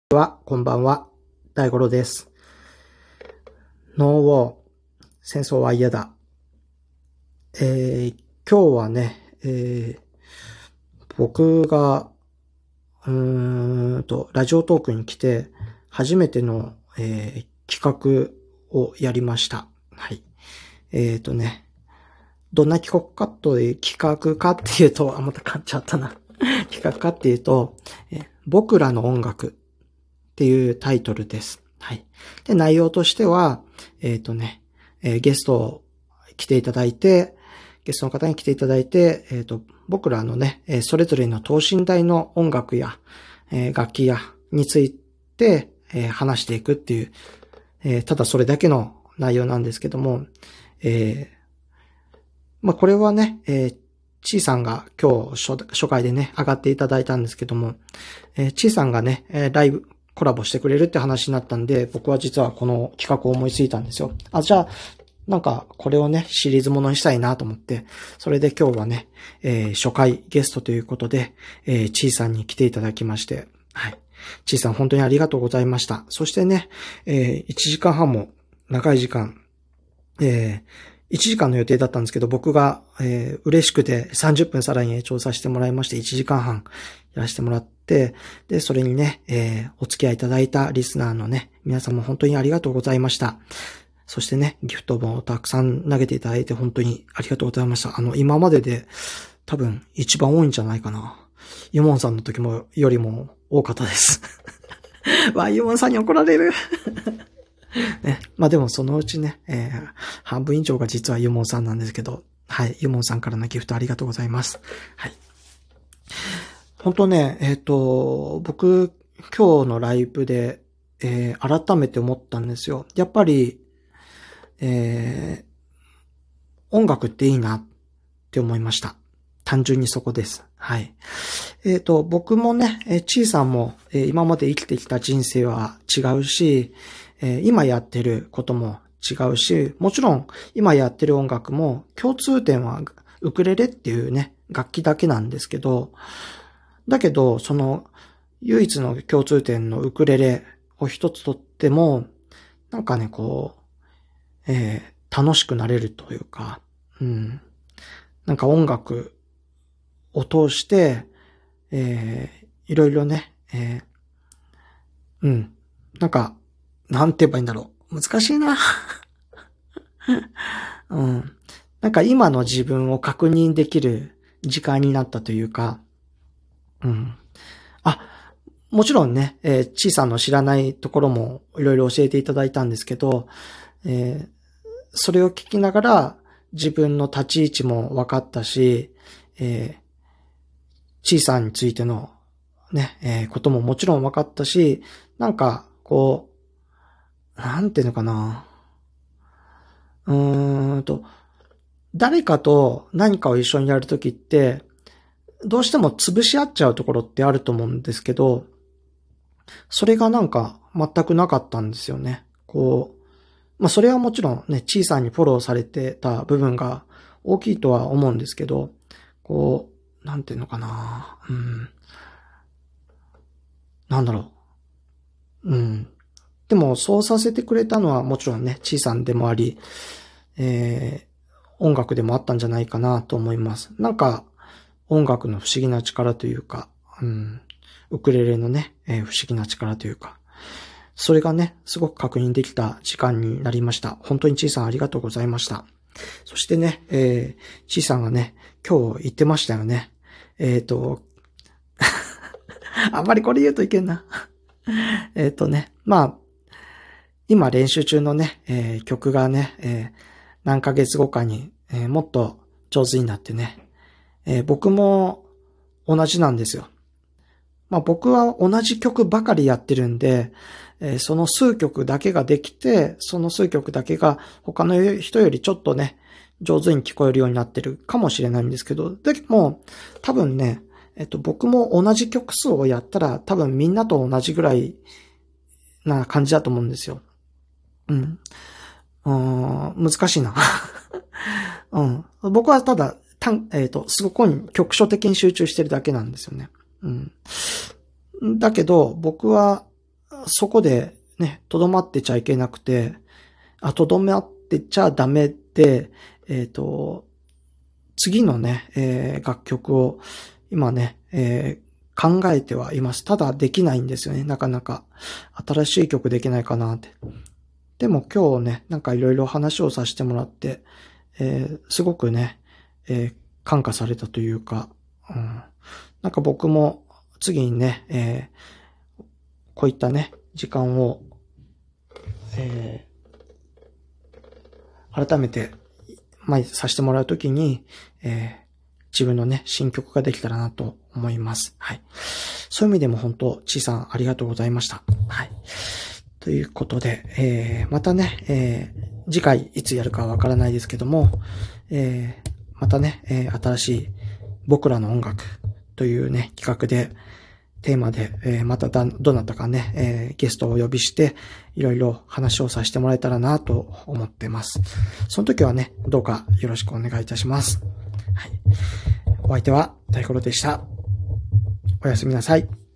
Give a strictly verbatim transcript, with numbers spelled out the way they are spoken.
は、こんばんは、大五郎です。ノーウォー、戦争は嫌だ。えー、今日はね、えー、僕が、うーんと、ラジオトークに来て、初めての、えー、企画をやりました。はい。えーとね、どんな企画かという、企画かっていうと、あ、また噛んじゃったな。企画かっていうと、えー、僕らの音楽っていうタイトルです。はい。で、内容としては、えっとね、えーゲストを来ていただいて、ゲストの方に来ていただいて、えっと、僕らのね、えーそれぞれの等身大の音楽や、えー楽器やについて、えー話していくっていう、えーただそれだけの内容なんですけども、えーまあ、これはね、えーちーさんが今日初初回でね、上がっていただいたんですけども、えーちーさんがね、えーライブ、コラボしてくれるって話になったんで、僕は実はこの企画を思いついたんですよ。あ、じゃあ、なんか、これをね、シリーズものにしたいなと思って、それで今日はね、えー初回ゲストということで、えー、ちーさんに来ていただきまして、はい。ちーさん本当にありがとうございました。そしてね、えー、いちじかんはんも長い時間、えー、いちじかんの予定だったんですけど、僕が、えー、嬉しくてさんじゅっぷんさらに延長させてもらいまして、いちじかんはんやらせてもらって、で、それにね、えー、お付き合いいただいたリスナーのね、皆さんも本当にありがとうございました。そしてね、ギフトもたくさん投げていただいて本当にありがとうございました。あの、今までで多分一番多いんじゃないかな。ユモンさんの時もよりも多かったです。わ、ユモンさんに怒られる。ね、まあでもそのうちね、えー、半分以上が実はユモンさんなんですけど、はい、ユモンさんからのギフトありがとうございます。はい。本当ね、えっと、僕、今日のライブで、えー、改めて思ったんですよ。やっぱり、えー、音楽っていいなって思いました。単純にそこです。はい。えっと、僕もね、えー、ちーさんも、えー、今まで生きてきた人生は違うし、えー、今やってることも違うし、もちろん今やってる音楽も共通点はウクレレっていうね、楽器だけなんですけど、だけど、その唯一の共通点のウクレレを一つとっても、なんかね、こう、えー、楽しくなれるというか、うん。なんか音楽を通して、えー、いろいろね、えー、うん。なんか、なんて言えばいいんだろう。難しいな。うん。なんか今の自分を確認できる時間になったというか、うん。あ、もちろんね、えー、ちいさんの知らないところもいろいろ教えていただいたんですけど、えー、それを聞きながら自分の立ち位置も分かったし、えー、ちいさんについてのね、えー、ことももちろん分かったし、なんか、こう、なんていうのかな。うーんと、誰かと何かを一緒にやるときって、どうしても潰し合っちゃうところってあると思うんですけど、それがなんか全くなかったんですよね。こう、まあそれはもちろんね、小さにフォローされてた部分が大きいとは思うんですけど、こう、なんていうのかな、うん、なんだろう、うん。でもそうさせてくれたのはもちろんね、小さんでもあり、えー、音楽でもあったんじゃないかなと思います。なんか、音楽の不思議な力というか、うん、ウクレレのね、えー、不思議な力というか、それがね、すごく確認できた時間になりました。本当にちいさんありがとうございました。そしてね、えー、ちいさんがね、今日言ってましたよね。えっと、あんまりこれ言うといけんな。えっとね、まあ、今練習中のね、えー、曲がね、えー、何ヶ月後かに、えー、もっと上手になってね、えー、僕も同じなんですよ。まあ僕は同じ曲ばかりやってるんで、えーその数曲だけができて、その数曲だけが他の人よりちょっとね、上手に聞こえるようになってるかもしれないんですけど、だけども、多分ね、えっと僕も同じ曲数をやったら多分みんなと同じぐらいな感じだと思うんですよ。うん。うーん、難しいな。うん。僕はただ、たん、えっと、すごく局所的に集中してるだけなんですよね。うん。だけど、僕は、 そこでね、とどまってちゃいけなくて、あ、とどまってちゃダメで、えっと、次のね、えー、楽曲を今ね、えー、考えてはいます。ただできないんですよね、なかなか。新しい曲できないかなって。でも今日ね、なんかいろいろ話をさせてもらって、えー、すごくね、えー、感化されたというか、うん、なんか僕も次にね、えー、こういったね、時間を、えー、改めて、前させてもらうときに、えー、自分のね、新曲ができたらなと思います。はい。そういう意味でも本当、ちいさんありがとうございました。はい。ということで、えー、またね、えー、次回いつやるかわからないですけども、えー、またね、えー、新しい僕らの音楽というね、企画で、テーマで、えー、まただ、どなたかね、えー、ゲストをお呼びして、いろいろ話をさせてもらえたらなと思ってます。その時はね、どうかよろしくお願いいたします。はい。お相手は大五郎でした。おやすみなさい。